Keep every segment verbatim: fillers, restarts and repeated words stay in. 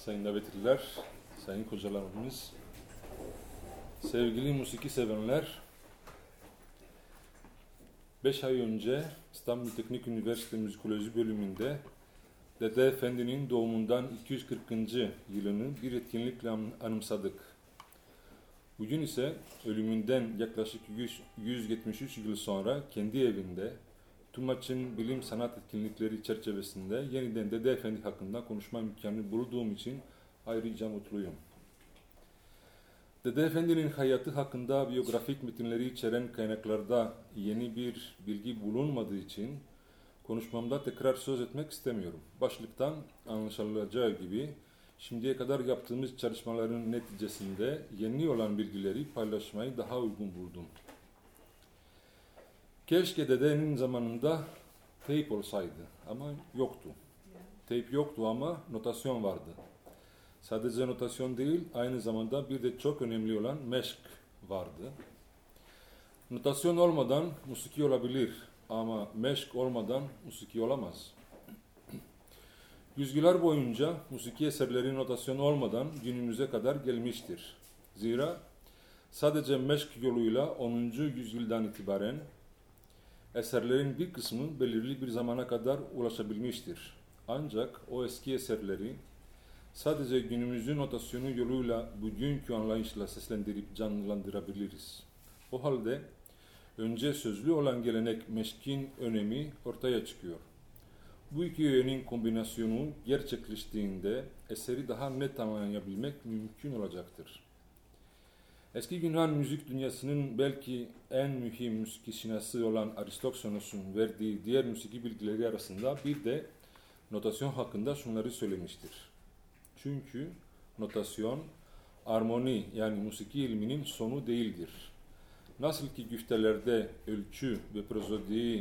sayın davetliler, sayın hocalarımız, sevgili musiki sevenler, beş ay önce İstanbul Teknik Üniversitesi Müzikoloji bölümünde Dede Efendi'nin doğumundan iki yüz kırkıncı yılını bir etkinlikle anımsadık. Bugün ise ölümünden yaklaşık yüz yetmiş üç yıl sonra kendi evinde TÜMAÇ'ın bilim sanat etkinlikleri çerçevesinde yeniden Dede Efendi hakkında konuşma imkanı bulduğum için ayrıca mutluyum. Dede Efendi'nin hayatı hakkında biyografik metinleri içeren kaynaklarda yeni bir bilgi bulunmadığı için konuşmamda tekrar söz etmek istemiyorum. Başlıktan anlaşılacağı gibi şimdiye kadar yaptığımız çalışmaların neticesinde yeni olan bilgileri paylaşmayı daha uygun buldum. Keşke dedenin zamanında teyp olsaydı ama yoktu. Teyp yoktu ama notasyon vardı. Sadece notasyon değil, aynı zamanda bir de çok önemli olan meşk vardı. Notasyon olmadan musiki olabilir ama meşk olmadan musiki olamaz. Yüzyıllar boyunca musiki eserleri notasyon olmadan günümüze kadar gelmiştir. Zira sadece meşk yoluyla onuncu yüzyıldan itibaren eserlerin bir kısmı belirli bir zamana kadar ulaşabilmiştir. Ancak o eski eserleri sadece günümüzün notasyonu yoluyla bugünkü anlayışla seslendirip canlandırabiliriz. O halde önce sözlü olan gelenek meşkin önemi ortaya çıkıyor. Bu iki yönün kombinasyonu gerçekleştiğinde eseri daha net anlayabilmek mümkün olacaktır. Eski Yunan müzik dünyasının belki en mühim müzikşinası olan Aristoxenos'un verdiği diğer müziki bilgileri arasında bir de notasyon hakkında şunları söylemiştir. Çünkü notasyon, armoni yani musiki ilminin sonu değildir. Nasıl ki güftelerde ölçü ve prozodiyi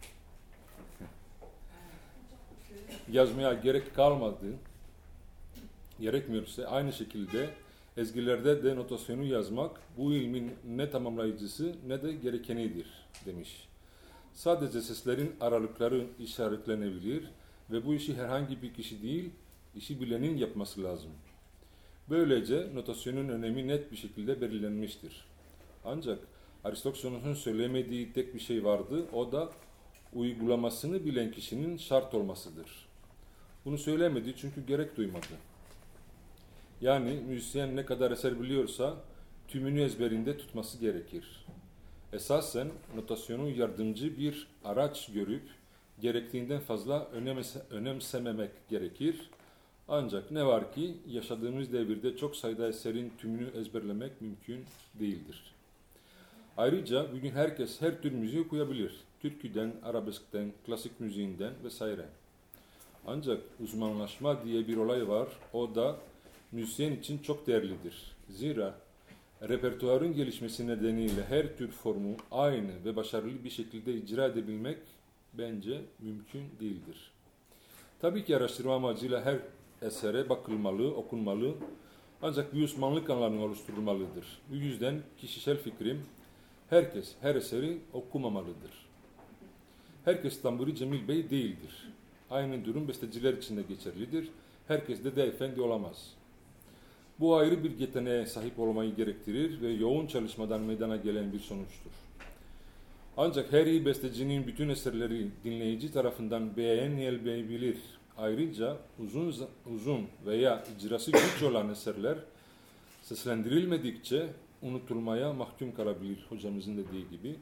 yazmaya gerek kalmadı, gerekmiyorsa aynı şekilde ezgilerde de notasyonu yazmak bu ilmin ne tamamlayıcısı ne de gerekenidir demiş. Sadece seslerin aralıkları işaretlenebilir ve bu işi herhangi bir kişi değil, işi bilenin yapması lazım. Böylece notasyonun önemi net bir şekilde belirlenmiştir. Ancak Aristoxenos'un söylemediği tek bir şey vardı, o da uygulamasını bilen kişinin şart olmasıdır. Bunu söylemedi çünkü gerek duymadı. Yani müzisyen ne kadar eser biliyorsa tümünü ezberinde tutması gerekir. Esasen notasyonu yardımcı bir araç görüp gerektiğinden fazla önemse, önemsememek gerekir. Ancak ne var ki yaşadığımız devirde çok sayıda eserin tümünü ezberlemek mümkün değildir. Ayrıca bugün herkes her tür müziği okuyabilir. Türküden, arabeskten, klasik müziğinden vesaire. Ancak uzmanlaşma diye bir olay var. O da müzisyen için çok değerlidir. Zira repertuarın gelişmesi nedeniyle her tür formu aynı ve başarılı bir şekilde icra edebilmek bence mümkün değildir. Tabii ki araştırma amacıyla her esere bakılmalı, okunmalı, ancak bir uzmanlık alanı oluşturulmalıdır. Bu yüzden kişisel fikrim, herkes her eseri okumamalıdır. Herkes Tamburi Cemil Bey değildir. Aynı durum besteciler için de geçerlidir. Herkes Dede Efendi olamaz. Bu ayrı bir yeteneğe sahip olmayı gerektirir ve yoğun çalışmadan meydana gelen bir sonuçtur. Ancak her iyi bestecinin bütün eserleri dinleyici tarafından beğenilebilir. Ayrıca uzun uzun veya icrası güç olan eserler seslendirilmedikçe unutulmaya mahkum kalabilir hocamızın dediği gibi.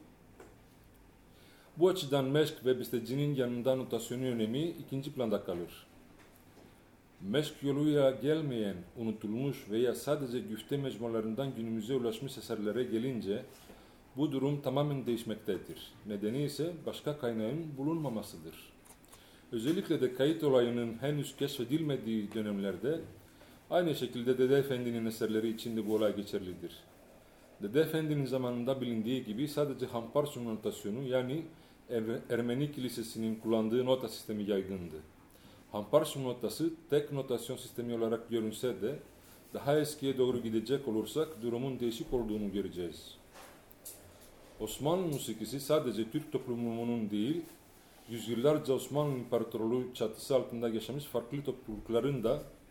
Bu açıdan meşk ve bestecinin yanında notasyonun önemi ikinci planda kalır. Meşk yoluyla gelmeyen, unutulmuş veya sadece güfte mecmualarından günümüze ulaşmış eserlere gelince bu durum tamamen değişmektedir. Nedeni ise başka kaynağın bulunmamasıdır. Özellikle de kayıt olayının henüz keşfedilmediği dönemlerde aynı şekilde Dede Efendi'nin eserleri için de bu olay geçerlidir. Dede Efendi'nin zamanında bilindiği gibi sadece Hamparsu notasyonu yani Ermeni Kilisesi'nin kullandığı nota sistemi yaygındı. Hamparsu notası tek notasyon sistemi olarak görünse de daha eskiye doğru gidecek olursak durumun değişik olduğunu göreceğiz. Osmanlı musikisi sadece Türk toplumunun değil, yüzyıllarca Osmanlı İmparatorluğu çatısı altında yaşamış farklı toplulukların da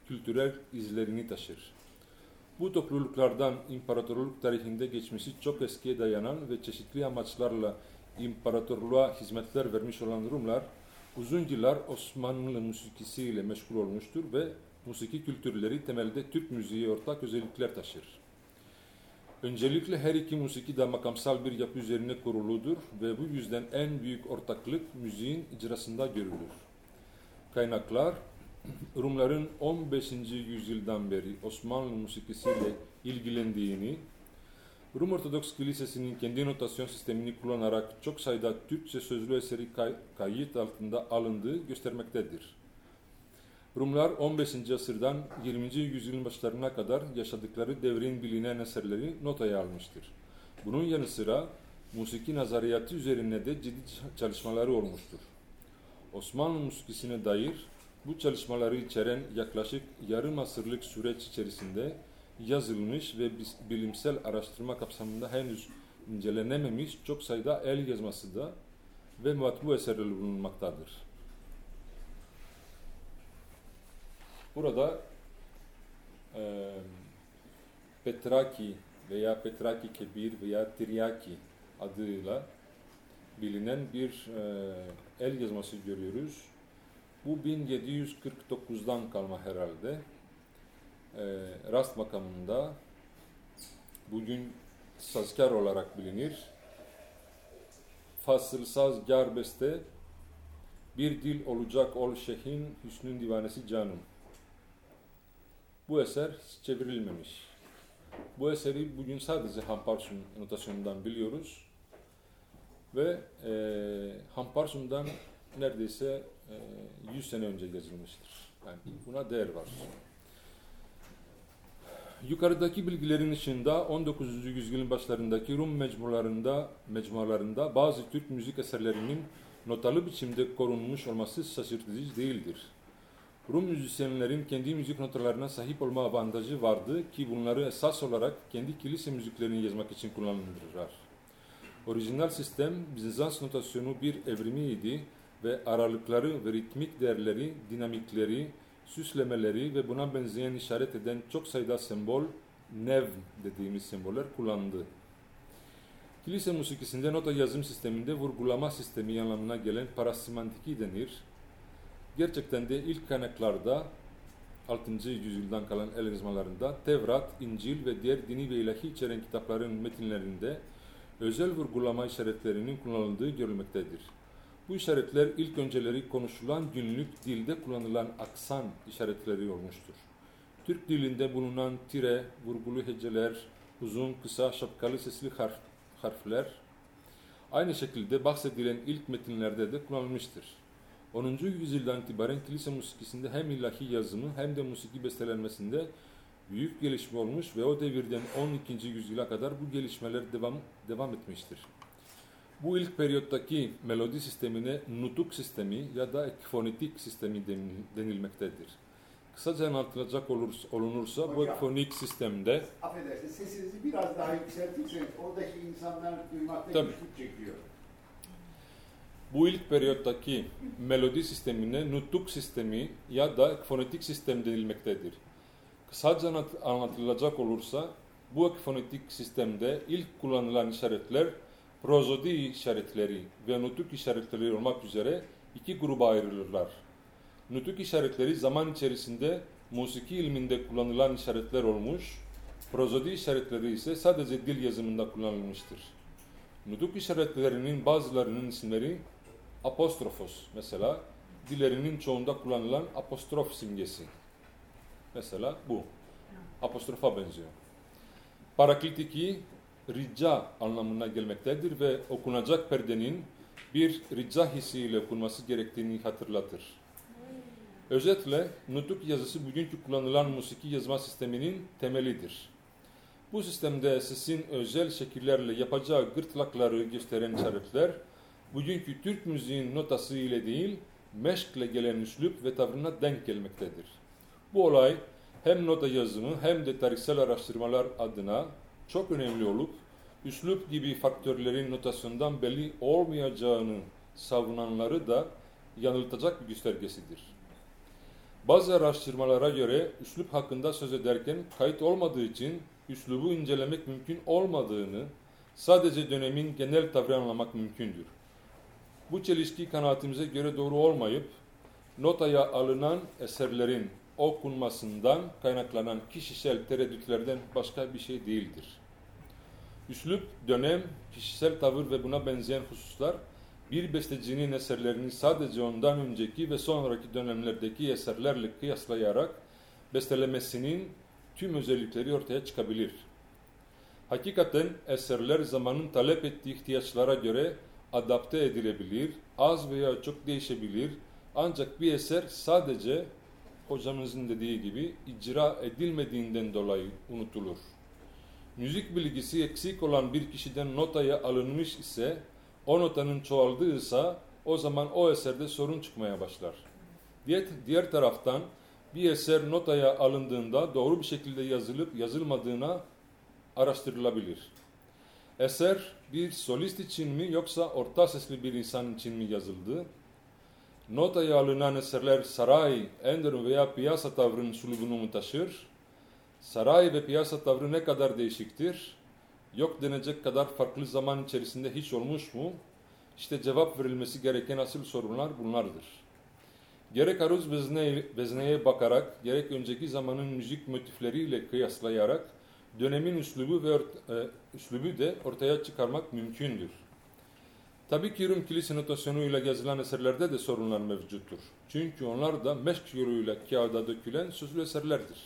kültürel izlerini taşır. Bu topluluklardan imparatorluk tarihinde geçmişi çok eskiye dayanan ve çeşitli amaçlarla imparatorluğa hizmetler vermiş olan Rumlar, uzun yıllar Osmanlı musikisiyle meşgul olmuştur ve musiki kültürleri temelde Türk müziği ortak özellikler taşır. Öncelikle her iki musiki de makamsal bir yapı üzerine kuruludur ve bu yüzden en büyük ortaklık müziğin icrasında görülür. Kaynaklar, Rumların on beşinci yüzyıldan beri Osmanlı musikisiyle ilgilendiğini, Rum Ortodoks Kilisesi'nin kendi notasyon sistemini kullanarak çok sayıda Türkçe sözlü eseri kay- kayıt altında alındığı göstermektedir. Rumlar on beşinci asırdan yirminci yüzyılın başlarına kadar yaşadıkları devrin bilinen eserleri notaya almıştır. Bunun yanı sıra musiki nazariyatı üzerine de ciddi çalışmaları olmuştur. Osmanlı musikisine dair bu çalışmaları içeren yaklaşık yarım asırlık süreç içerisinde yazılmış ve bilimsel araştırma kapsamında henüz incelenememiş çok sayıda el yazması da ve matbu eserleri bulunmaktadır. Burada e, Petraki veya Petraki Kebir veya Tiryaki adıyla bilinen bir e, el yazması görüyoruz. Bu bin yedi yüz kırk dokuzdan kalma herhalde. E, Rast makamında bugün sazkar olarak bilinir. Fasıl saz gar beste, bir dil olacak ol şeyhin, hüsnün divanesi canım. Bu eser çevrilmemiş. Bu eseri bugün sadece Hamparsun notasyonundan biliyoruz. Ve e, Hamparsun'dan neredeyse e, yüz sene önce yazılmıştır. Yani buna değer var. Yukarıdaki bilgilerin dışında on dokuzuncu yüzyılın başlarındaki Rum mecmualarında, mecmualarında bazı Türk müzik eserlerinin notalı biçimde korunmuş olması şaşırtıcı değildir. Rum müzisyenlerin kendi müzik notalarına sahip olma avantajı vardı ki bunları esas olarak kendi kilise müziklerini yazmak için kullanılırlar. Orijinal sistem Bizans notasyonu bir evrimiydi ve aralıkları ve ritmik değerleri, dinamikleri, süslemeleri ve buna benzeyen işaret eden çok sayıda sembol, nev dediğimiz semboller kullandı. Kilise musikisinde nota yazım sisteminde vurgulama sistemi anlamına gelen parasimantiki denir. Gerçekten de ilk kaynaklarda altıncı yüzyıldan kalan el yazmalarında Tevrat, İncil ve diğer dini ve ilahi içeren kitapların metinlerinde özel vurgulama işaretlerinin kullanıldığı görülmektedir. Bu işaretler ilk önceleri konuşulan günlük dilde kullanılan aksan işaretleri olmuştur. Türk dilinde bulunan tire, vurgulu heceler, uzun, kısa, şapkalı sesli harf, harfler aynı şekilde bahsedilen ilk metinlerde de kullanılmıştır. onuncu yüzyıldan itibaren kilise musikisinde hem ilahi yazımı hem de musiki bestelenmesinde büyük gelişme olmuş ve o devirden on ikinci yüzyıla kadar bu gelişmeler devam, devam etmiştir. Bu ilk periyottaki melodi sistemine nutuk sistemi ya da ekfonetik sistemi denilmektedir. Kısaca anlatılacak olursa, olunursa hocam, bu ekfonik sistemde... Affedersiniz, sesinizi biraz daha yükseltirseniz oradaki insanlar duymakta güçlük çekiyor. Bu ilk periyottaki melodi sistemine nutuk sistemi ya da ekfonetik sistem denilmektedir. Kısaca anlatılacak olursa bu ekfonetik sistemde ilk kullanılan işaretler prozodi işaretleri ve nutuk işaretleri olmak üzere iki gruba ayrılırlar. Nutuk işaretleri zaman içerisinde musiki ilminde kullanılan işaretler olmuş, prozodi işaretleri ise sadece dil yazımında kullanılmıştır. Nutuk işaretlerinin bazılarının isimleri apostrofos, mesela dillerinin çoğunda kullanılan apostrof simgesi. Mesela bu. Apostrofa benziyor. Paraklitiki rica anlamına gelmektedir ve okunacak perdenin bir rica hissiyle okunması gerektiğini hatırlatır. Özetle nutuk yazısı bugünkü kullanılan musiki yazma sisteminin temelidir. Bu sistemde sesin özel şekillerle yapacağı gırtlakları gösteren işaretler, bugünkü Türk müziğin notası ile değil, meşkle gelen üslup ve tavrına denk gelmektedir. Bu olay hem nota yazımı hem de tarihsel araştırmalar adına çok önemli olup, üslup gibi faktörlerin notasyondan belli olmayacağını savunanları da yanıltacak bir göstergesidir. Bazı araştırmalara göre üslup hakkında söz ederken kayıt olmadığı için üslubu incelemek mümkün olmadığını, sadece dönemin genel tavrını anlamak mümkündür. Bu çelişki kanaatimize göre doğru olmayıp, notaya alınan eserlerin okunmasından kaynaklanan kişisel tereddütlerden başka bir şey değildir. Üslup, dönem, kişisel tavır ve buna benzeyen hususlar, bir bestecinin eserlerini sadece ondan önceki ve sonraki dönemlerdeki eserlerle kıyaslayarak bestelemesinin tüm özellikleri ortaya çıkabilir. Hakikaten eserler zamanın talep ettiği ihtiyaçlara göre adapte edilebilir, az veya çok değişebilir, ancak bir eser sadece hocamızın dediği gibi icra edilmediğinden dolayı unutulur. Müzik bilgisi eksik olan bir kişiden notaya alınmış ise, o notanın çoğaldığıysa o zaman o eserde sorun çıkmaya başlar. Diğer, diğer taraftan bir eser notaya alındığında doğru bir şekilde yazılıp yazılmadığına araştırılabilir. Eser bir solist için mi yoksa orta sesli bir insan için mi yazıldı? Notaya alınan eserler saray, ender veya piyasa tavrının sulubunu mu taşır? Saray ve piyasa tavrı ne kadar değişiktir? Yok denecek kadar farklı zaman içerisinde hiç olmuş mu? İşte cevap verilmesi gereken asıl sorunlar bunlardır. Gerek aruz vezne, vezneye bakarak, gerek önceki zamanın müzik motifleriyle kıyaslayarak dönemin üslubu ve e, üslubu de ortaya çıkarmak mümkündür. Tabii ki Rum kilise notasyonuyla yazılan eserlerde de sorunlar mevcuttur. Çünkü onlar da meşk yoluyla kağıda dökülen sözlü eserlerdir.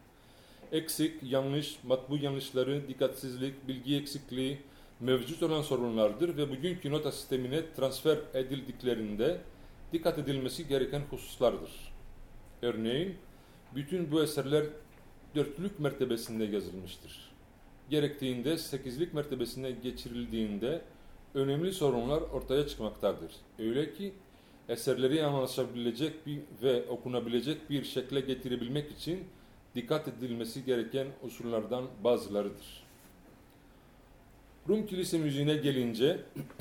Eksik, yanlış, matbu yanlışları, dikkatsizlik, bilgi eksikliği mevcut olan sorunlardır ve bugünkü nota sistemine transfer edildiklerinde dikkat edilmesi gereken hususlardır. Örneğin, bütün bu eserler dörtlük mertebesinde yazılmıştır. Gerektiğinde sekizlik mertebesine geçirildiğinde önemli sorunlar ortaya çıkmaktadır. Öyle ki eserleri anlaşabilecek bir ve okunabilecek bir şekle getirebilmek için dikkat edilmesi gereken unsurlardan bazılarıdır. Rum kilise müziğine gelince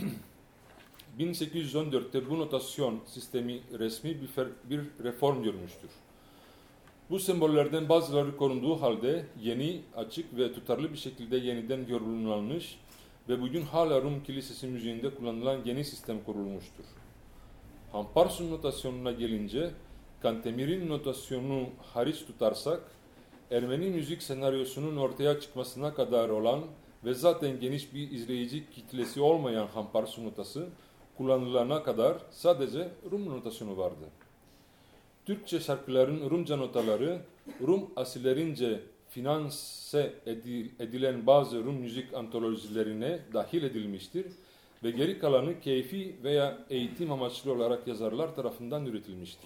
bin sekiz yüz on dörtte bu notasyon sistemi resmi bir, bir reform görmüştür. Bu sembollerden bazıları korunduğu halde yeni, açık ve tutarlı bir şekilde yeniden yorumlanmış ve bugün hala Rum kilisesi müziğinde kullanılan yeni sistem kurulmuştur. Hamparsun notasyonuna gelince, Kantemir'in notasyonunu hariç tutarsak, Ermeni müzik senaryosunun ortaya çıkmasına kadar olan ve zaten geniş bir izleyici kitlesi olmayan Hamparsun notası kullanılana kadar sadece Rum notasyonu vardı. Türkçe şarkıların Rumca notaları, Rum asillerince finanse edilen bazı Rum müzik antolojilerine dahil edilmiştir ve geri kalanı keyfi veya eğitim amaçlı olarak yazarlar tarafından üretilmiştir.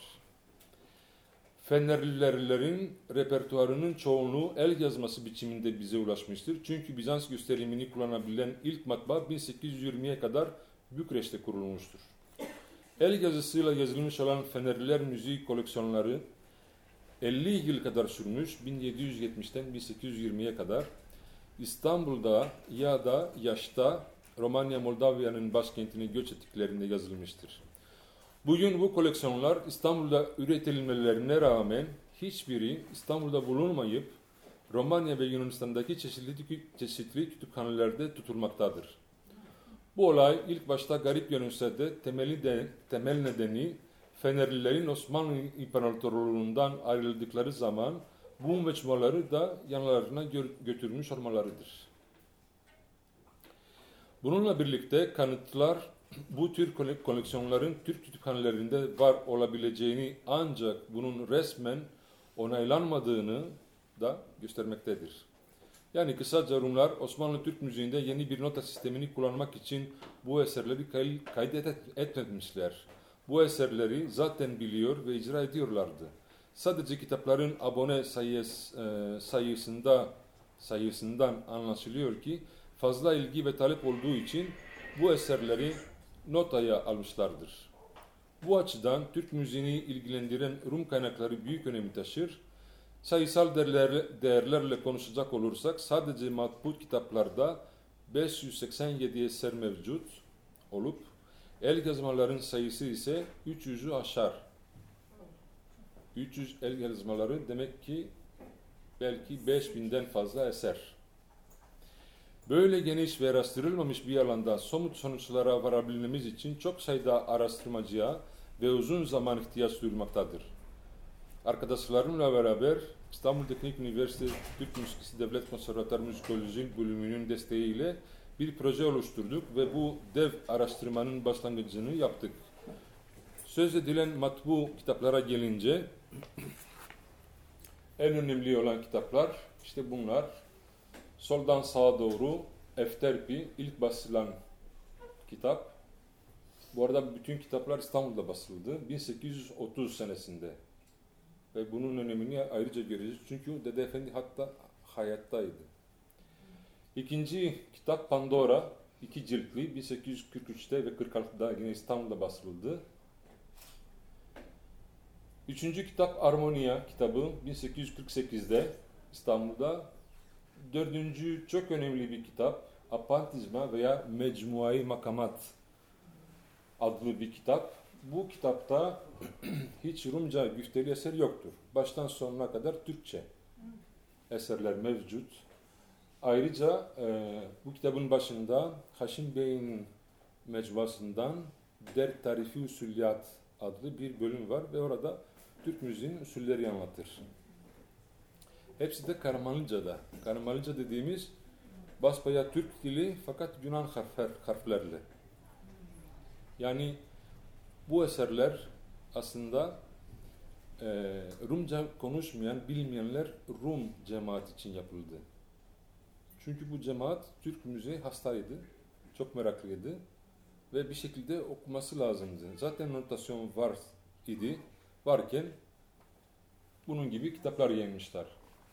Fenerlilerin repertuarının çoğunluğu el yazması biçiminde bize ulaşmıştır. Çünkü Bizans gösterimini kullanabilen ilk matbaa bin sekiz yüz yirmiye kadar Bükreş'te kurulmuştur. El yazısıyla yazılmış olan Fenerliler müziği koleksiyonları elli yıl kadar sürmüş, bin yedi yüz yetmişten bin sekiz yüz yirmiye kadar İstanbul'da ya da Yaş'ta Romanya Moldavya'nın başkentine göç ettiklerinde yazılmıştır. Bugün bu koleksiyonlar İstanbul'da üretilmelerine rağmen hiçbiri İstanbul'da bulunmayıp Romanya ve Yunanistan'daki çeşitli, çeşitli kütüphanelerde tutulmaktadır. Bu olay ilk başta garip görünse de temeli de, temel nedeni Fenerlilerin Osmanlı İmparatorluğu'ndan ayrıldıkları zaman bu mecmuaları da yanlarına götürmüş olmalarıdır. Bununla birlikte kanıtlar bu tür koleksiyonların Türk kütüphanelerinde var olabileceğini ancak bunun resmen onaylanmadığını da göstermektedir. Yani kısaca Rumlar Osmanlı Türk müziğinde yeni bir nota sistemini kullanmak için bu eserleri kay kaydetmemişler. Bu eserleri zaten biliyor ve icra ediyorlardı. Sadece kitapların abone sayıs, e, sayısında sayısından anlaşılıyor ki fazla ilgi ve talep olduğu için bu eserleri notaya almışlardır. Bu açıdan Türk müziğini ilgilendiren Rum kaynakları büyük önem taşır. Sayısal değerler, değerlerle konuşacak olursak sadece matbu kitaplarda beş yüz seksen yedi eser mevcut olup el yazmaların sayısı ise üç yüzü aşar. üç yüz el yazmaları demek ki belki beş binden fazla eser. Böyle geniş ve araştırılmamış bir alanda somut sonuçlara varabilmemiz için çok sayıda araştırmacıya ve uzun zaman ihtiyaç duyulmaktadır. Arkadaşlarımla beraber İstanbul Teknik Üniversitesi Türk Müzikisi Devlet Konservatuar Müzikoloji bölümünün desteğiyle bir proje oluşturduk ve bu dev araştırmanın başlangıcını yaptık. Söz edilen matbu kitaplara gelince en önemli olan kitaplar işte bunlar. Soldan sağa doğru Efterpi ilk basılan kitap. Bu arada bütün kitaplar İstanbul'da basıldı bin sekiz yüz otuz senesinde. Ve bunun önemini ayrıca göreceğiz. Çünkü Dede Efendi hatta hayattaydı. İkinci kitap Pandora, iki ciltli bin sekiz yüz kırk üçte ve kırk altıda yine İstanbul'da basıldı. Üçüncü kitap Armonia kitabı bin sekiz yüz kırk sekizde İstanbul'da. Dördüncü çok önemli bir kitap Apantizma veya Mecmuai Makamat adlı bir kitap. Bu kitapta hiç Rumca güfteli eser yoktur. Baştan sonuna kadar Türkçe eserler mevcut. Ayrıca e, bu kitabın başında Haşim Bey'in mecmuasından Der Tarifi Usulliyat adlı bir bölüm var ve orada Türk müziğinin usulleri anlatır. Hepsi de Karamanlıca'da. Karamanlıca dediğimiz basbayağı Türk dili fakat Yunan harfler, harflerle. Yani bu eserler aslında e, Rumca konuşmayan, bilmeyenler Rum cemaat için yapıldı. Çünkü bu cemaat Türk müziği hastaydı, çok meraklıydı ve bir şekilde okuması lazımdı. Zaten notasyon var idi, varken bunun gibi kitaplar yayınmışlar.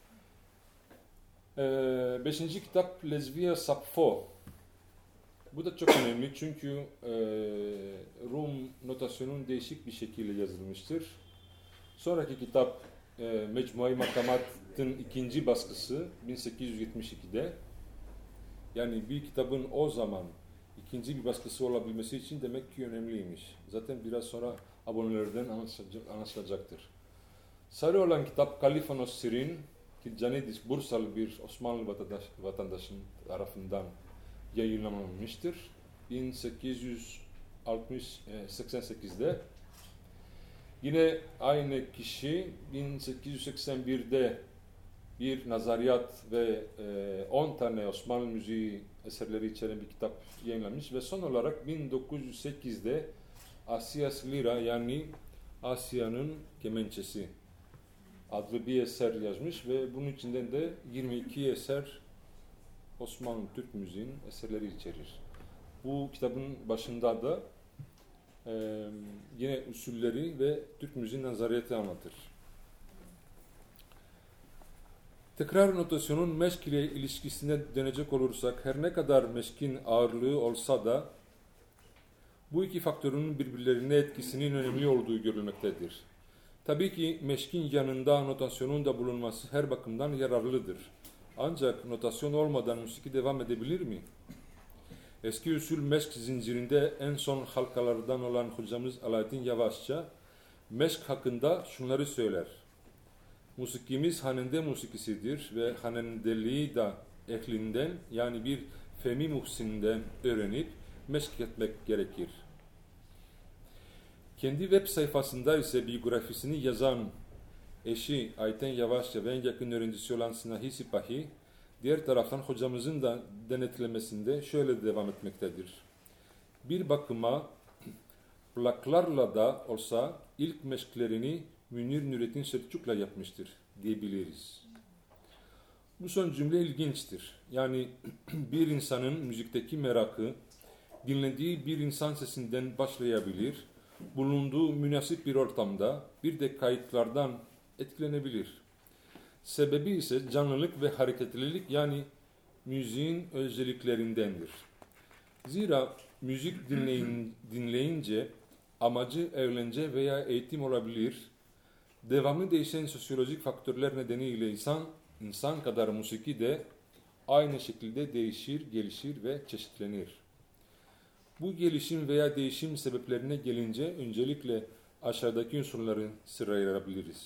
Ee, beşinci kitap Lezvia Sapfo. Bu da çok önemli çünkü e, Rum notasyonun değişik bir şekilde yazılmıştır. Sonraki kitap e, Mecmuai Makamat'ın ikinci baskısı bin sekiz yüz yetmiş ikide. Yani bir kitabın o zaman ikinci bir baskısı olabilmesi için demek ki önemliymiş. Zaten biraz sonra abonelerden anlaşılacaktır. Sarı olan kitap Kalifanos Sirin, Kilcanidis Bursalı bir Osmanlı vatandaş, vatandaşın tarafından yayınlanmıştır. bin sekiz yüz seksen sekizde. Yine aynı kişi bin sekiz yüz seksen birde bir nazariyat ve on tane Osmanlı müziği eserleri içeren bir kitap yayınlanmış ve son olarak bin dokuz yüz sekizde Asias Lira yani Asya'nın kemençesi adlı bir eser yazmış ve bunun içinden de yirmi iki eser Osmanlı Türk müziğinin eserleri içerir. Bu kitabın başında da e, yine usulleri ve Türk müziğin nazariyeti anlatır. Tekrar notasyonun meşk ile ilişkisine dönecek olursak her ne kadar meşkin ağırlığı olsa da bu iki faktörün birbirlerine etkisinin önemli olduğu görülmektedir. Tabii ki meşkin yanında notasyonun da bulunması her bakımdan yararlıdır. Ancak notasyon olmadan müzik devam edebilir mi? Eski usul meşk zincirinde en son halkalardan olan hocamız Alaaddin Yavaşça meşk hakkında şunları söyler. Musikimiz hanende musikisidir ve hanendeliği da ehlinden yani bir femi muhsinden öğrenip meşk etmek gerekir. Kendi web sayfasında ise biyografisini yazan eşi Ayten Yavaşça ve en yakın öğrencisi olan Sinahi Sipahi, diğer taraftan hocamızın da denetlemesinde şöyle devam etmektedir. Bir bakıma plaklarla da olsa ilk meşklerini Münir Nurettin Selçuk'la yapmıştır diyebiliriz. Bu son cümle ilginçtir. Yani bir insanın müzikteki merakı dinlediği bir insan sesinden başlayabilir, bulunduğu münasip bir ortamda bir de kayıtlardan etkilenebilir. Sebebi ise canlılık ve hareketlilik yani müziğin özelliklerindendir. Zira müzik dinleyin, dinleyince amacı eğlence veya eğitim olabilir. Devamlı değişen sosyolojik faktörler nedeniyle insan, insan kadar musiki de aynı şekilde değişir, gelişir ve çeşitlenir. Bu gelişim veya değişim sebeplerine gelince öncelikle aşağıdaki unsurları sıralayabiliriz.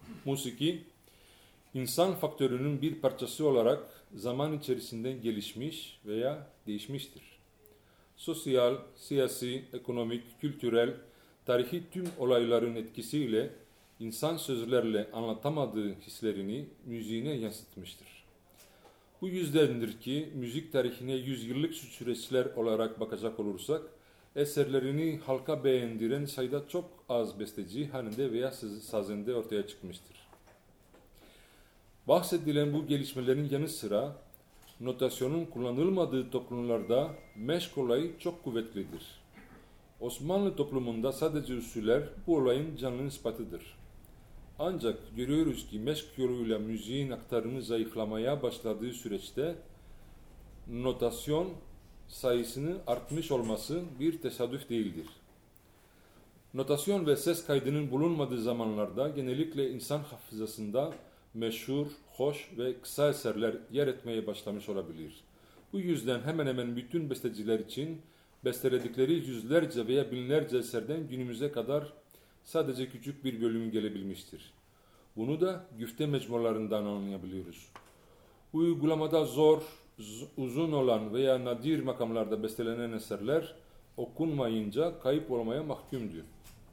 Musiki, insan faktörünün bir parçası olarak zaman içerisinde gelişmiş veya değişmiştir. Sosyal, siyasi, ekonomik, kültürel, tarihi tüm olayların etkisiyle insan sözlerle anlatamadığı hislerini müziğine yansıtmıştır. Bu yüzdendir ki müzik tarihine yüzyıllık süreçler olarak bakacak olursak, eserlerini halka beğendiren sayıda çok az besteci halinde veya sazende ortaya çıkmıştır. Bahsedilen bu gelişmelerin yanı sıra, notasyonun kullanılmadığı toplumlarda meşk olayı çok kuvvetlidir. Osmanlı toplumunda sadece usuller bu olayın canlı ispatıdır. Ancak görüyoruz ki meşk yoluyla müziğin aktarımı zayıflamaya başladığı süreçte notasyon sayısının artmış olması bir tesadüf değildir. Notasyon ve ses kaydının bulunmadığı zamanlarda genellikle insan hafızasında meşhur, hoş ve kısa eserler yer etmeye başlamış olabilir. Bu yüzden hemen hemen bütün besteciler için besteledikleri yüzlerce veya binlerce eserden günümüze kadar sadece küçük bir bölümü gelebilmiştir. Bunu da güfte mecmualarından anlayabiliyoruz. Uygulamada zor, uzun olan veya nadir makamlarda bestelenen eserler okunmayınca kayıp olmaya mahkumdu.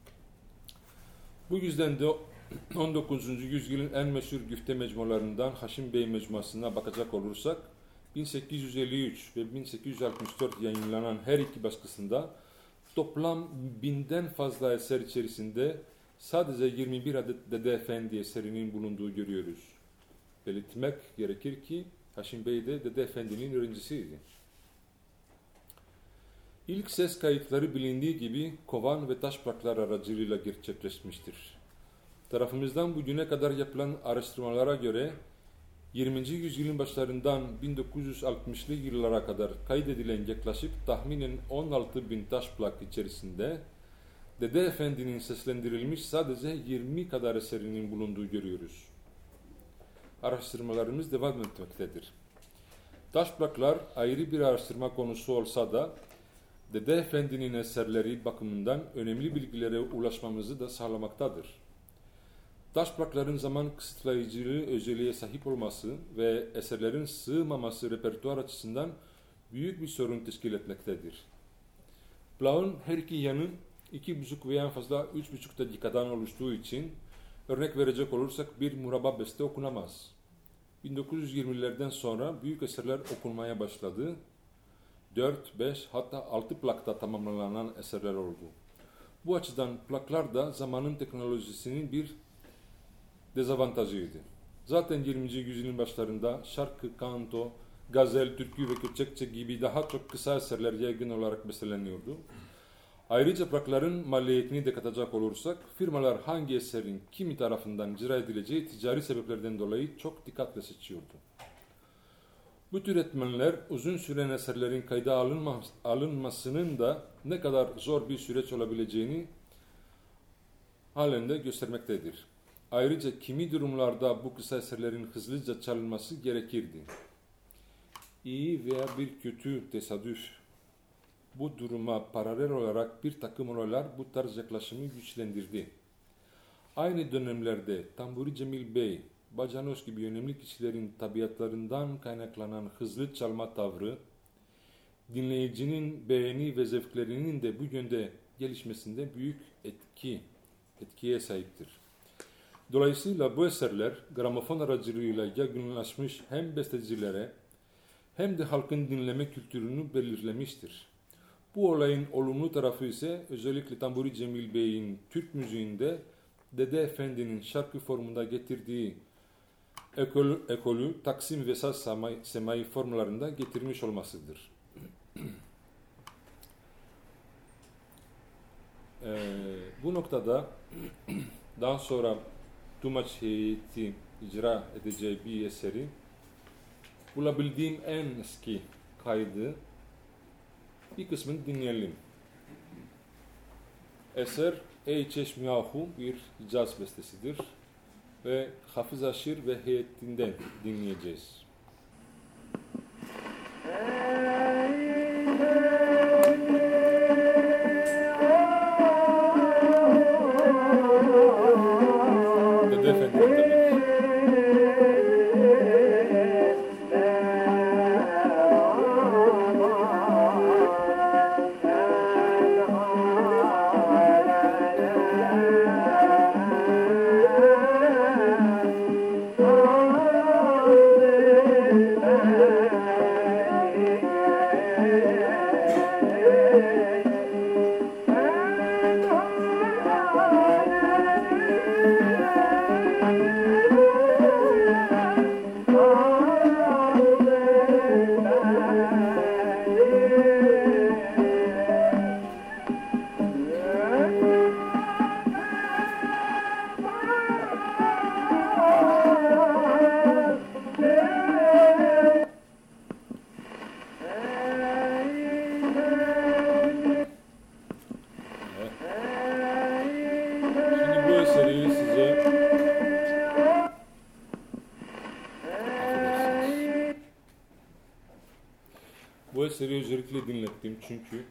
Bu yüzden de on dokuzuncu yüzyılın en meşhur güfte mecmualarından Haşim Bey mecmuasına bakacak olursak, bin sekiz yüz elli üç ve bin sekiz yüz altmış dört yayınlanan her iki baskısında toplam binden fazla eser içerisinde sadece yirmi bir adet Dede Efendi eserinin bulunduğu görüyoruz. Belirtmek gerekir ki Haşim Bey de Dede Efendi'nin öğrencisiydi. İlk ses kayıtları bilindiği gibi kovan ve taş plaklar aracılığıyla gerçekleşmiştir. Tarafımızdan bugüne kadar yapılan araştırmalara göre yirminci yüzyılın başlarından bin dokuz yüz altmışlı yıllara kadar kaydedilen yaklaşık tahminen on altı bin taş plak içerisinde Dede Efendi'nin seslendirilmiş sadece yirmi kadar eserinin bulunduğu görüyoruz. Araştırmalarımız devam etmektedir. Taş plaklar ayrı bir araştırma konusu olsa da Dede Efendi'nin eserleri bakımından önemli bilgilere ulaşmamızı da sağlamaktadır. Taş plakların zaman kısıtlayıcılığı özelliğe sahip olması ve eserlerin sığmaması repertuar açısından büyük bir sorun teşkil etmektedir. Plağın her iki yanı iki buçuk veya en fazla üç buçuk dakikadan oluştuğu için örnek verecek olursak bir murabba beste okunamaz. bin dokuz yüz yirmilerden sonra büyük eserler okunmaya başladı. dört, beş hatta altı plakta tamamlanan eserler oldu. Bu açıdan plaklar da zamanın teknolojisinin bir dezavantajıydı. Zaten yirminci yüzyılın başlarında şarkı, kanto, gazel, türkü ve köçekçe gibi daha çok kısa eserler yaygın olarak besteleniyordu. Ayrıca plakların maliyetini de katacak olursak, firmalar hangi eserin kimi tarafından icra edileceği ticari sebeplerden dolayı çok dikkatle seçiyordu. Bu tür etmenler uzun süren eserlerin kayda alınma, alınmasının da ne kadar zor bir süreç olabileceğini halen de göstermektedir. Ayrıca kimi durumlarda bu kısa eserlerin hızlıca çalınması gerekirdi. İyi veya bir kötü tesadüf bu duruma paralel olarak bir takım olaylar bu tarz yaklaşımı güçlendirdi. Aynı dönemlerde Tamburi Cemil Bey, Bacanos gibi önemli kişilerin tabiatlarından kaynaklanan hızlı çalma tavrı, dinleyicinin beğeni ve zevklerinin de bu yönde gelişmesinde büyük etki, etkiye sahiptir. Dolayısıyla bu eserler gramofon aracılığıyla yaygınlaşmış hem bestecilere hem de halkın dinleme kültürünü belirlemiştir. Bu olayın olumlu tarafı ise özellikle Tamburi Cemil Bey'in Türk müziğinde Dede Efendi'nin şarkı formunda getirdiği ekolü, ekolü taksim ve saz semai formlarında getirmiş olmasıdır. ee, bu noktada daha sonra Tumaç heyeti icra edeceği bir eseri bulabildiğim en eski kaydı bir kısmını dinleyelim. Eser Ey Çeşmi Ahu bir Hicaz bestesidir ve Hafız Aşir ve heyetinden dinleyeceğiz. Dede Efendi. Bu eseri özellikle dinlettim çünkü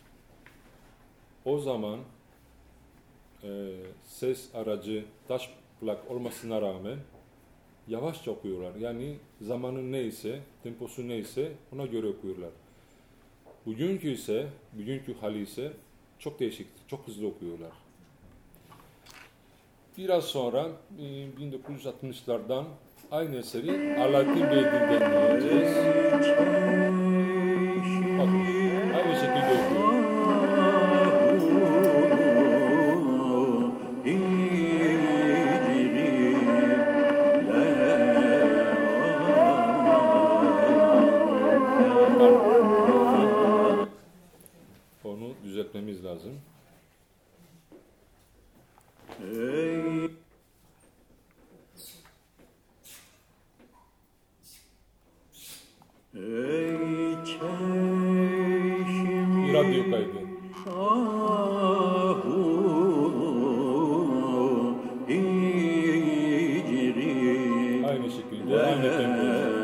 o zaman e, ses aracı taş plak olmasına rağmen yavaşça okuyorlar. Yani zamanı neyse, temposu neyse ona göre okuyorlar. Bugünkü ise, bugünkü hali ise çok değişiktir, çok hızlı okuyorlar. Biraz sonra bin dokuz yüz altmışlardan aynı eseri Alaaddin Bey'den dinleyeceğiz. Bakın, aynı şekilde okuyor. Onu düzeltmemiz lazım. Bir radyo kaydı. Aynı şekilde aynı tempo.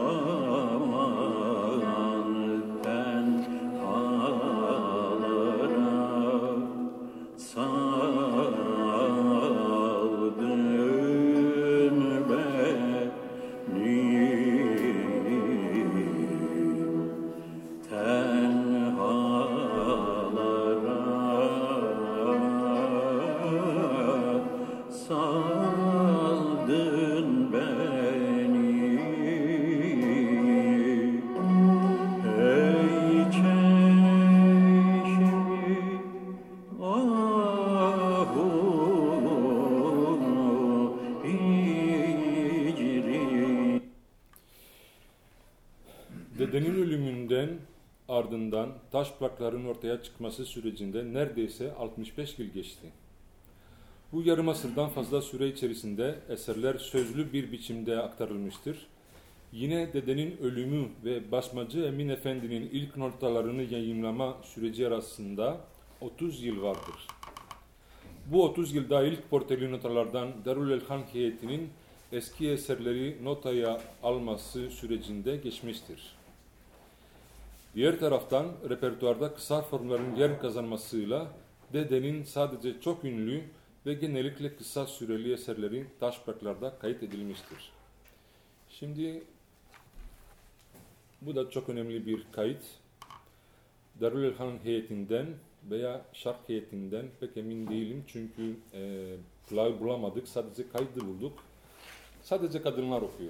Dedenin ölümünden ardından taş plakların ortaya çıkması sürecinde neredeyse altmış beş yıl geçti. Bu yarım asırdan fazla süre içerisinde eserler sözlü bir biçimde aktarılmıştır. Yine dedenin ölümü ve basmacı Emin Efendi'nin ilk notalarını yayımlama süreci arasında otuz yıl vardır. Bu otuz yılda ilk portreli notalardan Darül Elhan heyetinin eski eserleri notaya alması sürecinde geçmiştir. Diğer taraftan repertuarda kısa formların yer kazanmasıyla dedenin sadece çok ünlü ve genellikle kısa süreli eserleri taş plaklarda kayıt edilmiştir. Şimdi bu da çok önemli bir kayıt. Darül Elhan heyetinden veya şark heyetinden pek emin değilim çünkü e, plağı bulamadık, sadece kaydı bulduk. Sadece kadınlar okuyor.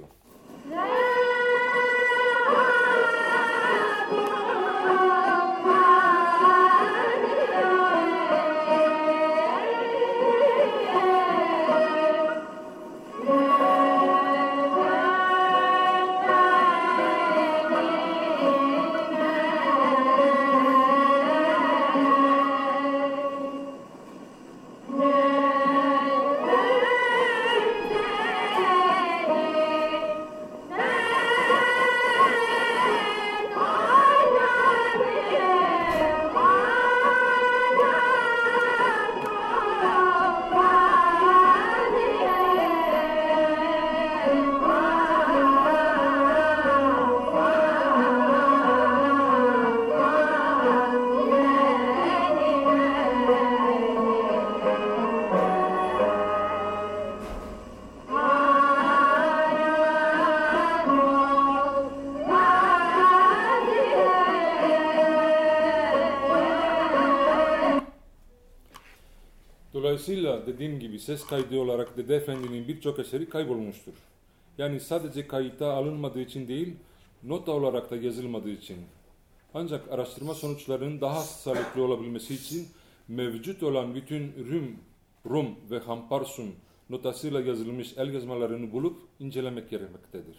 Dolayısıyla dediğim gibi ses kaydı olarak Dede Efendi'nin birçok eseri kaybolmuştur. Yani sadece kayıta alınmadığı için değil, nota olarak da yazılmadığı için. Ancak araştırma sonuçlarının daha sağlıklı olabilmesi için mevcut olan bütün Rum, Rum ve Hamparsun notasıyla yazılmış el yazmalarını bulup incelemek gerekmektedir.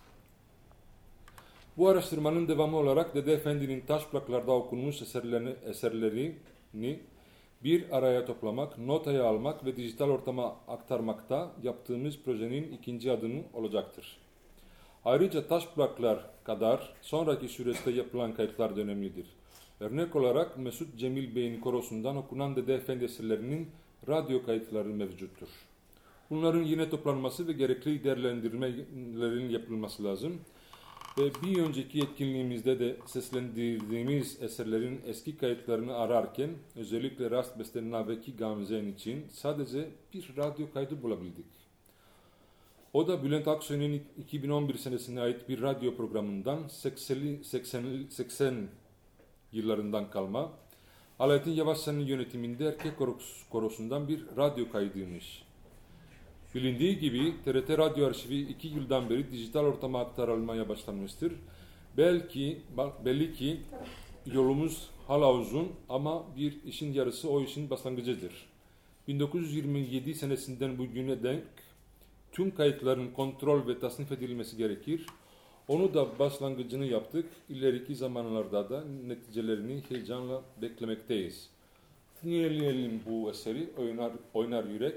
Bu araştırmanın devamı olarak Dede Efendi'nin taş plaklarda okunmuş eserlerini, eserlerini bir araya toplamak, notaya almak ve dijital ortama aktarmakta yaptığımız projenin ikinci adımı olacaktır. Ayrıca taş plaklar kadar sonraki süreçte yapılan kayıtlar da önemlidir. Örnek olarak Mesut Cemil Bey'in korosundan okunan Dede Efendi eserlerinin radyo kayıtları mevcuttur. Bunların yine toplanması ve gerekli değerlendirmelerin yapılması lazım. Ve bir önceki etkinliğimizde de seslendirdiğimiz eserlerin eski kayıtlarını ararken özellikle Rast Beste Naveki Gamzen için sadece bir radyo kaydı bulabildik. O da Bülent Aksoy'un iki bin on bir senesine ait bir radyo programından seksen yıllarından kalma. Alaaddin Yavaşçı'nın yönetiminde erkek korosundan bir radyo kaydıymış. Bilindiği gibi T R T Radyo Arşivi iki yıldan beri dijital ortama aktarılmaya başlanmıştır. Belki, belli ki yolumuz hala uzun ama bir işin yarısı o işin başlangıcıdır. bin dokuz yüz yirmi yedi senesinden bugüne denk tüm kayıtların kontrol ve tasnif edilmesi gerekir. Onu da başlangıcını yaptık. İleriki zamanlarda da neticelerini heyecanla beklemekteyiz. Dinleyelim bu eseri. Oynar, oynar Yürek.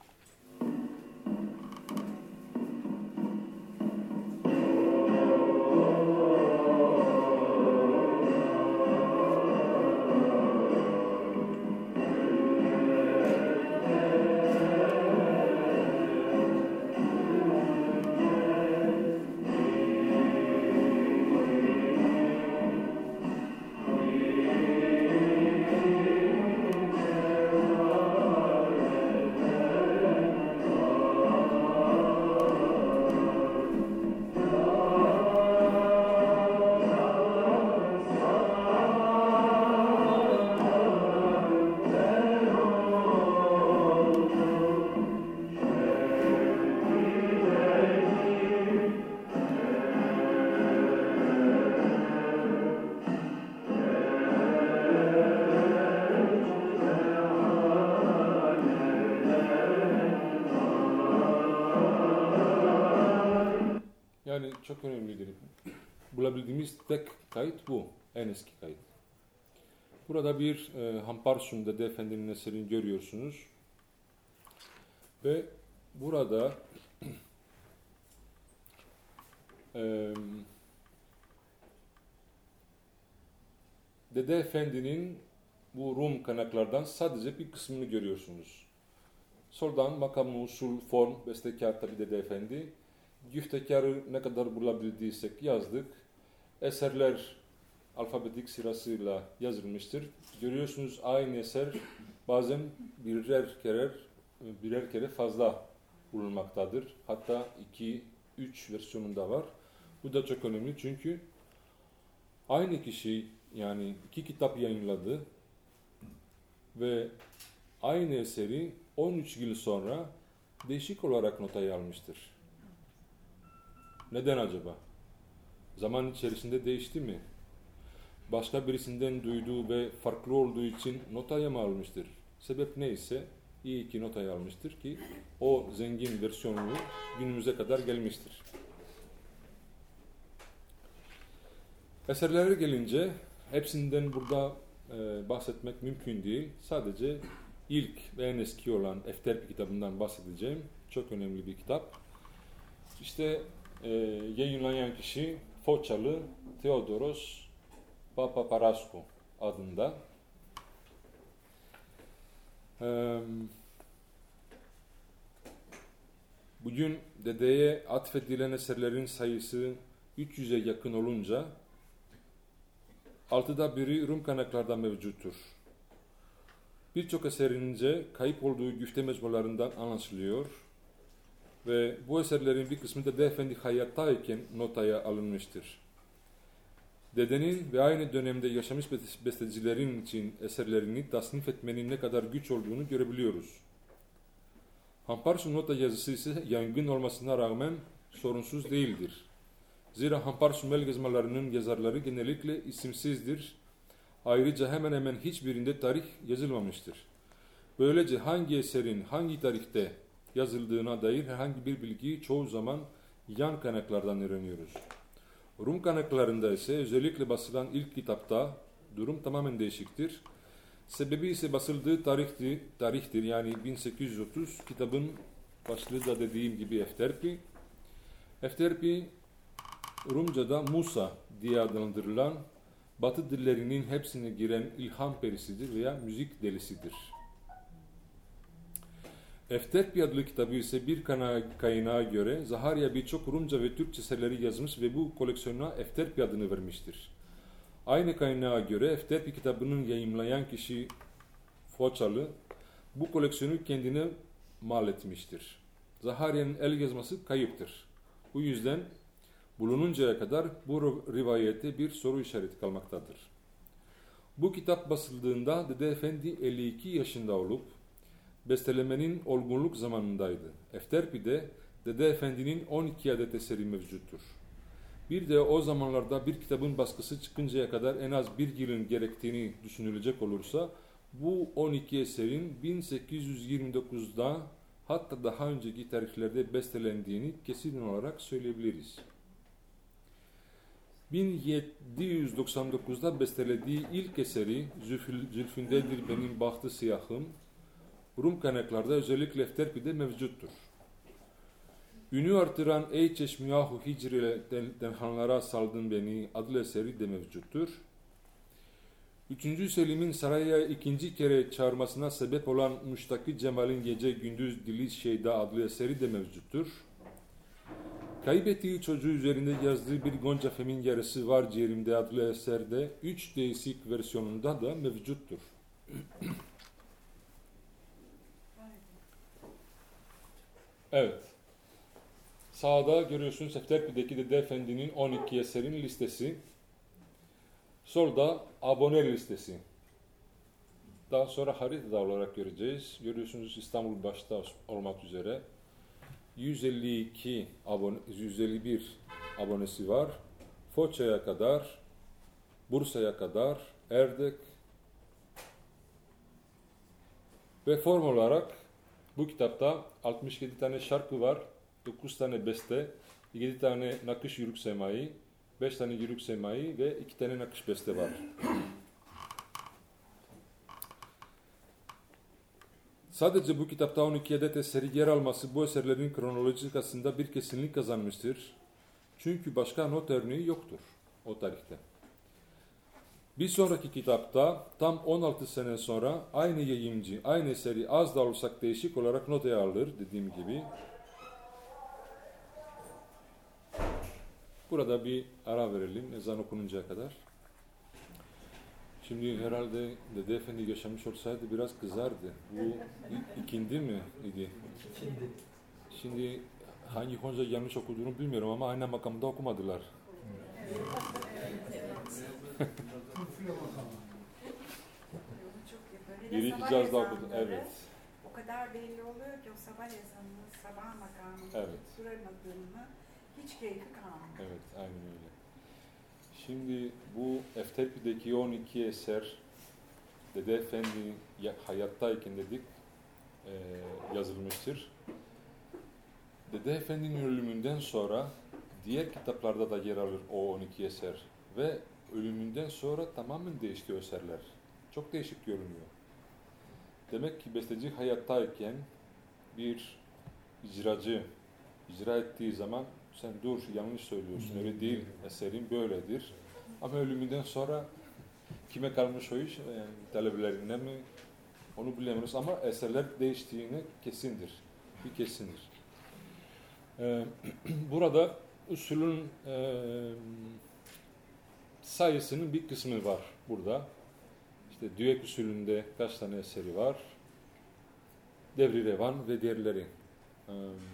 Yani çok önemlidir. Bulabildiğimiz tek kayıt bu. En eski kayıt. Burada bir e, Hamparsun Dede Efendi'nin eserini görüyorsunuz. Ve burada e, Dede Efendi'nin bu Rum kaynaklardan sadece bir kısmını görüyorsunuz. Soldan makamı, usul, form, bestekar tabi Dede Efendi. Güftekarı ne kadar bulabildiysek yazdık. Eserler alfabetik sırasıyla yazılmıştır. Görüyorsunuz aynı eser bazen birer kere birer kere fazla bulunmaktadır. Hatta iki, üç versiyonunda var. Bu da çok önemli çünkü aynı kişi yani iki kitap yayınladı ve aynı eseri on üç yıl sonra değişik olarak notaya almıştır. Neden acaba? Zaman içerisinde değişti mi? Başka birisinden duyduğu ve farklı olduğu için notaya mı almıştır? Sebep neyse iyi ki notaya almıştır ki o zengin versiyonu günümüze kadar gelmiştir. Eserlere gelince hepsinden burada e, bahsetmek mümkün değil. Sadece ilk ve en eski olan Efterpi kitabından bahsedeceğim. Çok önemli bir kitap. İşte e, yayınlayan kişi Foçalı Theodoros Papaparascu adında. Ee, bugün dedeye atfedilen eserlerin sayısı üç yüze yakın olunca altıda biri Rum kaynaklarda mevcuttur. Birçok eserince kayıp olduğu güfte mecmualarından anlaşılıyor ve bu eserlerin bir kısmı Dede Efendi hayattayken notaya alınmıştır. Dedenin ve aynı dönemde yaşamış bestecilerin için eserlerini tasnif etmenin ne kadar güç olduğunu görebiliyoruz. Hamparsu nota yazısı ise yaygın olmasına rağmen sorunsuz değildir. Zira Hamparsu melgezmalarının yazarları genellikle isimsizdir. Ayrıca hemen hemen hiçbirinde tarih yazılmamıştır. Böylece hangi eserin hangi tarihte yazıldığına dair herhangi bir bilgiyi çoğu zaman yan kaynaklardan öğreniyoruz. Rum kaynaklarında ise özellikle basılan ilk kitapta durum tamamen değişiktir. Sebebi ise basıldığı tarihtir, tarihtir yani bin sekiz yüz otuz, kitabın başlığı da dediğim gibi Efterpi. Efterpi Rumca'da Musa diye adlandırılan Batı dillerinin hepsine giren ilham perisidir veya müzik delisidir. Efterpi adlı kitabı ise bir kaynağa göre Zaharya birçok Rumca ve Türkçe eserleri yazmış ve bu koleksiyona Efterpi adını vermiştir. Aynı kaynağa göre Efterpi kitabının yayımlayan kişi Foçalı bu koleksiyonu kendine mal etmiştir. Zaharya'nın el yazması kayıptır. Bu yüzden bulununcaya kadar bu rivayete bir soru işareti kalmaktadır. Bu kitap basıldığında Dede Efendi elli iki yaşında olup bestelemenin olgunluk zamanındaydı. Efterpi'de Dede Efendi'nin on iki adet eseri mevcuttur. Bir de o zamanlarda bir kitabın baskısı çıkıncaya kadar en az bir yılın gerektiğini düşünülecek olursa bu on iki eserin bin sekiz yüz yirmi dokuzda hatta daha önceki tarihlerde bestelendiğini kesin olarak söyleyebiliriz. bin yedi yüz doksan dokuzda bestelediği ilk eseri Zülfündedir Benim Bahtı Siyahım Rum kaynaklarda özellikle Efterpi'de mevcuttur. Ünü artıran Ey Çeşmi Yahu Hicri denhanlara saldın beni adlı eseri de mevcuttur. Üçüncü Selim'in saraya ikinci kere çağırmasına sebep olan Müştaki Cemal'in Gece Gündüz Dili Şeyda adlı eseri de mevcuttur. Kaybettiği çocuğu üzerinde yazdığı bir Gonca Fem'in yarısı var ciğerimde adlı eserde üç değişik versiyonunda da mevcuttur. Evet. Sağda görüyorsunuz Efterpi'deki Dede Efendi'nin on iki eserin listesi. Solda abone listesi. Daha sonra haritada olarak göreceğiz. Görüyorsunuz İstanbul başta olmak üzere yüz elli iki abone, yüz elli bir abonesi var. Foça'ya kadar, Bursa'ya kadar, Erdek ve form olarak bu kitapta altmış yedi tane şarkı var, dokuz tane beste, yedi tane nakış yürük semai, beş tane yürük semai ve iki tane nakış beste var. Sadece bu kitapta on iki adet eseri yer alması bu eserlerin kronolojik aslında bir kesinlik kazanmıştır. Çünkü başka not örneği yoktur o tarihte. Bir sonraki kitapta tam on altı sene sonra aynı yayımcı, aynı eseri az da olsak değişik olarak notaya alır dediğim gibi. Burada bir ara verelim ezan okununcaya kadar. Şimdi herhalde Dede Efendi yaşamış olsaydı biraz kızardı. Bu ikindi mi idi? İkindi. Şimdi hangi hoca yanlış okuduğunu bilmiyorum ama aynı makamda okumadılar. Bir iki caz da okudu. Evet. O kadar belli oluyor ki o sabah ezanının sabah makamında evet. duramadığını hiç keyfi kalmıyor. Evet, aynen öyle. Şimdi bu Efterpi'deki on iki eser Dede Efendi hayattayken dedik e, yazılmıştır. Dede Efendi'nin ölümünden sonra diğer kitaplarda da yer alır o on iki eser ve ölümünden sonra tamamen değişti o eserler. Çok değişik görünüyor. Demek ki besteci hayattayken bir icracı icra ettiği zaman sen dur yanlış söylüyorsun öyle değil eserin böyledir. Ama ölümünden sonra kime kalmış o iş yani talebelerine mi onu bilemiyoruz ama eserler değiştiğine kesindir. Bir kesindir. Ee, burada usulün e, sayısının bir kısmı var burada. İşte düek usulünde kaç tane eseri var? Devri Revan ve diğerleri. Ee,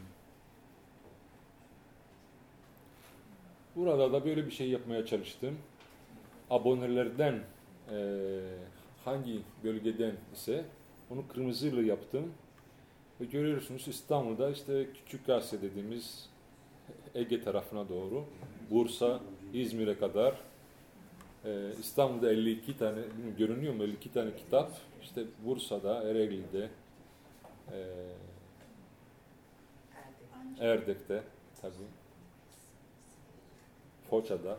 burada da böyle bir şey yapmaya çalıştım. Abonelerden e, hangi bölgeden ise onu kırmızıyla yaptım. Ve görüyorsunuz İstanbul'da işte Küçük Asya dediğimiz Ege tarafına doğru, Bursa, İzmir'e kadar Ee, İstanbul'da elli iki tane, görünüyor mu elli iki tane kitap, işte Bursa'da, Ereğli'de, e, Erdek'te, tabii, Foça'da.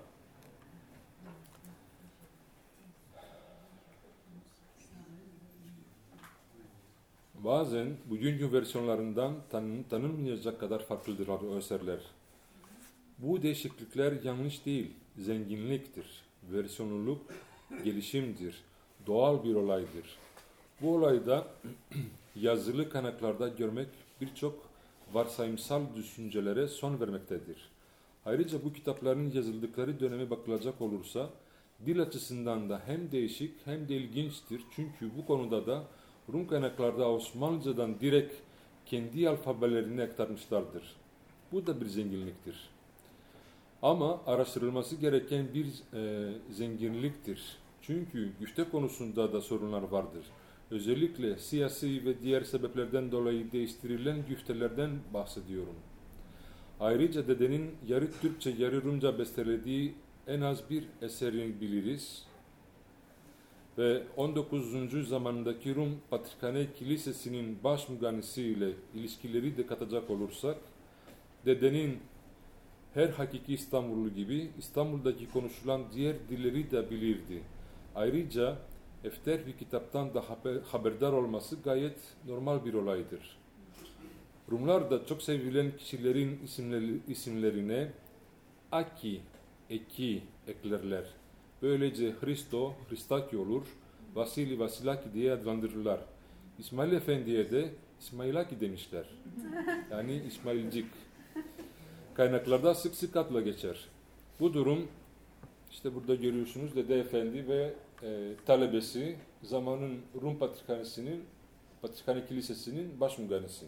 Bazen bugünkü versiyonlarından tanın, tanınmayacak kadar farklıdır o eserler. Bu değişiklikler yanlış değil, zenginliktir. Versiyonluluk gelişimdir, doğal bir olaydır. Bu olayda yazılı kaynaklarda görmek birçok varsayımsal düşüncelere son vermektedir. Ayrıca bu kitapların yazıldıkları döneme bakılacak olursa, dil açısından da hem değişik hem de ilginçtir. Çünkü bu konuda da Rum kaynaklarda Osmanlıcadan direkt kendi alfabelerini aktarmışlardır. Bu da bir zenginliktir. Ama araştırılması gereken bir e, zenginliktir. Çünkü güfte konusunda da sorunlar vardır. Özellikle siyasi ve diğer sebeplerden dolayı değiştirilen güftelerden bahsediyorum. Ayrıca dedenin yarı Türkçe yarı Rumca bestelediği en az bir eserini biliriz. Ve on dokuzuncu zamanındaki Rum Patrikhane Kilisesi'nin baş müganisi ile ilişkileri de katacak olursak, dedenin her hakiki İstanbullu gibi İstanbul'daki konuşulan diğer dilleri de bilirdi. Ayrıca efter bir kitaptan da haber, haberdar olması gayet normal bir olaydır. Rumlar da çok sevilen kişilerin isimleri, isimlerine Aki, Eki eklerler. Böylece Hristo, Hristaki olur, Vasili, Vasilaki diye adlandırırlar. İsmail Efendi'ye de İsmailaki demişler. Yani İsmailcik. Kaynaklarda sık sık adla geçer. Bu durum, işte burada görüyorsunuz Dede Efendi ve e, talebesi zamanın Rum Patrikhanesi'nin, Patrikhane Kilisesi'nin baş müganisi.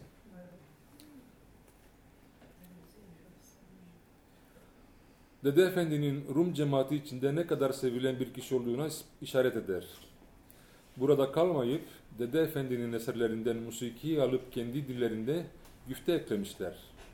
Dede Efendi'nin Rum cemaati içinde ne kadar sevilen bir kişi olduğuna işaret eder. Burada kalmayıp Dede Efendi'nin eserlerinden musikiyi alıp kendi dillerinde güfte eklemişler.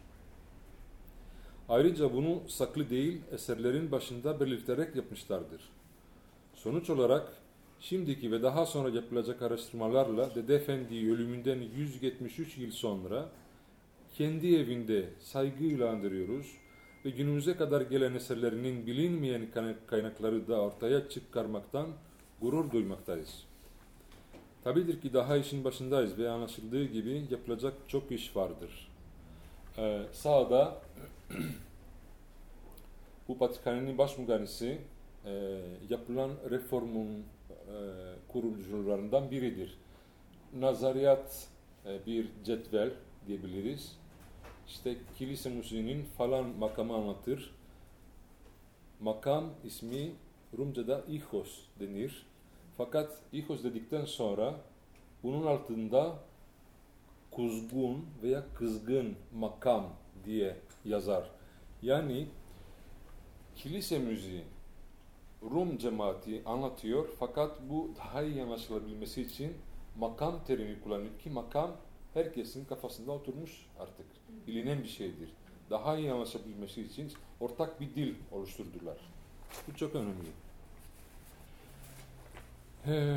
Ayrıca bunu saklı değil, eserlerin başında belirterek yapmışlardır. Sonuç olarak şimdiki ve daha sonra yapılacak araştırmalarla Dede Efendi ölümünden yüz yetmiş üç yıl sonra kendi evinde saygıyla andırıyoruz ve günümüze kadar gelen eserlerinin bilinmeyen kaynakları da ortaya çıkarmaktan gurur duymaktayız. Tabidir ki daha işin başındayız ve anlaşıldığı gibi yapılacak çok iş vardır. Ee, sağda bu Patrikhane'nin baş müganisi e, yapılan reformun e, kurucularından biridir. Nazariyat e, bir cetvel diyebiliriz. İşte kilise müziğinin falan makamı anlatır. Makam ismi Rumca'da ihos denir. Fakat ihos dedikten sonra bunun altında kuzgun veya kızgın makam diye yazar. Yani kilise müziği Rum cemaati anlatıyor fakat bu daha iyi anlaşılabilmesi için makam terimi kullanıyor ki makam herkesin kafasında oturmuş artık. Bilinen bir şeydir. Daha iyi anlaşabilmesi için ortak bir dil oluşturdular. Bu çok önemli. Ee,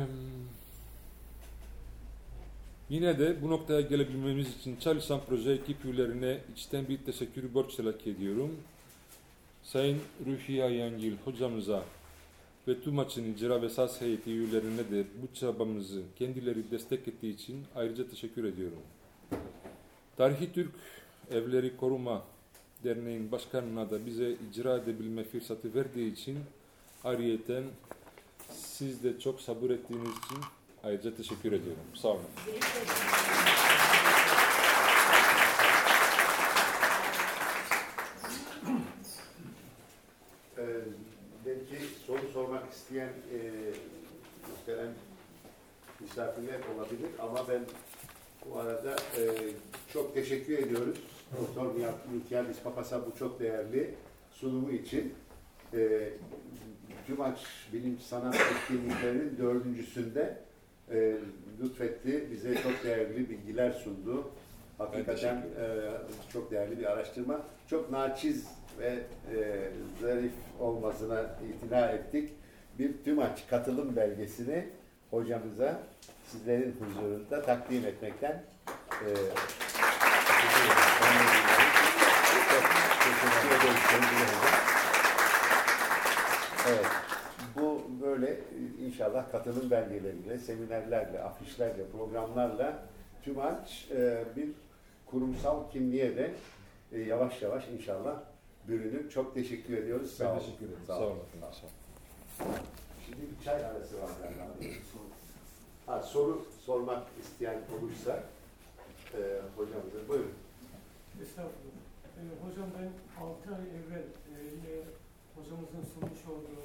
yine de bu noktaya gelebilmemiz için çalışan proje ekip üyelerine içten bir teşekkür borç telakki ediyorum. Sayın Ruhi Ayangil hocamıza ve TÜMAÇ'ın icra ve saz heyeti üyelerine de bu çabamızı kendileri destek ettiği için ayrıca teşekkür ediyorum. Tarihi Türk Evleri Koruma Derneği'nin başkanına da bize icra edebilme fırsatı verdiği için ayrıyeten siz de çok sabır ettiğiniz için ayrıca teşekkür ediyorum. Sağ olun. Ee, belki soru sormak isteyen e, muhterem misafirler olabilir ama ben bu arada e, çok teşekkür ediyoruz. Doktor Miltiadis Papas'a bu çok değerli sunumu için. E, TÜMAÇ Bilim Sanat Etkinliklerinin dördüncüsünde e, lütfetti. Bize çok değerli bilgiler sundu. Hakikaten e, çok değerli bir araştırma. Çok naçiz ve e, zarif olmasına itina ettik. Bir TÜMAÇ katılım belgesini hocamıza sizlerin huzurunda takdim etmekten e, evet, bu böyle inşallah katılım belgeleriyle, seminerlerle, afişlerle, programlarla TÜMAÇ e, bir kurumsal kimliğe de e, yavaş yavaş inşallah bürünür. Çok teşekkür ediyoruz. Sağ olun. Teşekkür ederim. Sağ Sağ olun. olun. Şimdi bir çay arası var galiba. Ha, soru sormak isteyen olursa e, hocamıza buyurun. Estağfurullah. Ee, hocam ben altı ay evvel e, yine hocamızın sunmuş olduğu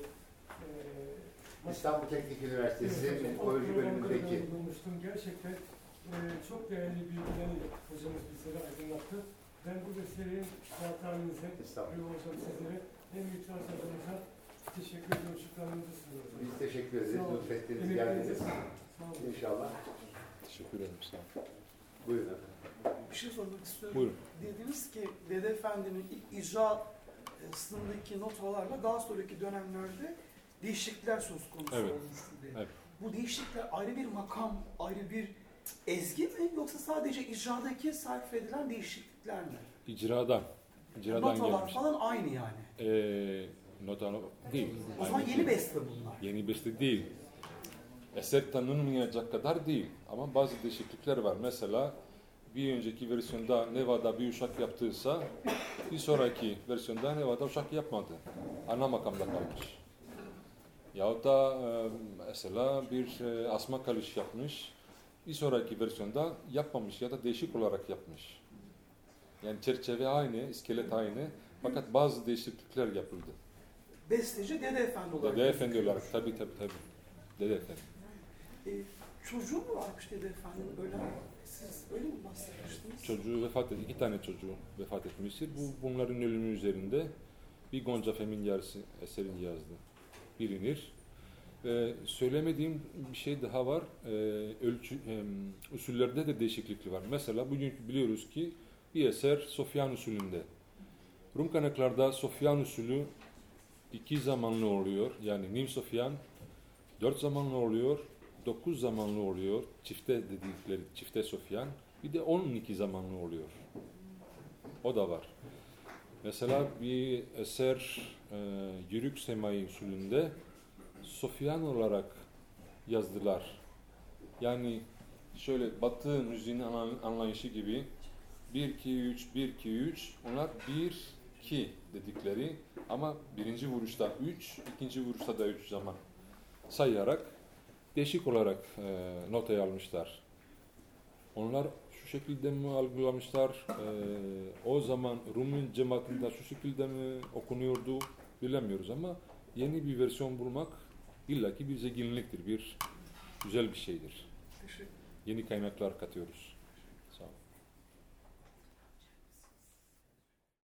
e, İstanbul Teknik Üniversitesi evet, Ekoloji bölümündeki bulunmuştum. Gerçekten e, çok değerli bilgileri hocamız bizlere aydınlattı. Ben bu vesileyi saatlerinize ve hocam sizlere hem itiraz hocamıza teşekkür ediyorum. Şükranınızı sunuyoruz. Biz teşekkür ederiz. Lütfettiniz, geldiniz. İnşallah. Teşekkür ederim. Sağ olun. Buyurun efendim. Bir şey sormak istiyorum. Buyurun. Dediniz ki Dede Efendi'nin ilk icrasındaki notalarla daha sonraki dönemlerde değişiklikler söz konusu Evet. olmuştu diye. Evet. Bu değişiklikler ayrı bir makam, ayrı bir ezgi mi yoksa sadece icradaki sarf edilen değişiklikler mi? İcradan. İcradan Notalar gelmiş. falan aynı yani. Ee, nota değil. O zaman Aynı yeni şey. beste bunlar. Yeni beste değil. Eser tanınmayacak kadar değil. Ama bazı değişiklikler var. Mesela bir önceki versiyonda Nevada bir uşak yaptıysa bir sonraki versiyonda Nevada uşak yapmadı. Ana makamda kalmış. Yahut da e, mesela bir e, asma kalış yapmış. Bir sonraki versiyonda yapmamış ya da değişik olarak yapmış. Yani çerçeve aynı, iskelet aynı. Fakat bazı değişiklikler yapıldı. Besteci Dede Efendi olarak. Dede Efendi olarak tabii tabii tabii. Dede Efendi. E, çocuğu mu varmış Dede Efendi'nin böyle? Siz öyle mi bahsetmiştiniz? Çocuğu vefat etti. İki tane çocuğu vefat etmiştir. Bu bunların ölümü üzerinde bir Gonca Familyarısı eserini yazdı. Bilinir. Ee, söylemediğim bir şey daha var. Ee, ölçü, e, usullerde de değişiklik var. Mesela bugün biliyoruz ki bir eser Sofyan usulünde. Rum kaynaklarda Sofyan usulü iki zamanlı oluyor. Yani Nim Sofyan dört zamanlı oluyor. Dokuz zamanlı oluyor. Çifte dedikleri çifte Sofyan. Bir de on iki zamanlı oluyor. O da var. Mesela bir eser e, Yürük Semai usulünde Sofyan olarak yazdılar. Yani şöyle Batı müziğinin anlayışı gibi bir iki üç bir iki üç onlar bir iki dedikleri ama birinci vuruşta üç, ikinci vuruşta da üç zaman sayarak değişik olarak e, notaya almışlar. Onlar şu şekilde mi algılamışlar? E, o zaman Rum'un cemaatinde şu şekilde mi okunuyordu bilemiyoruz ama yeni bir versiyon bulmak illaki bir zenginliktir, bir güzel bir şeydir. Yeni kaynaklar katıyoruz.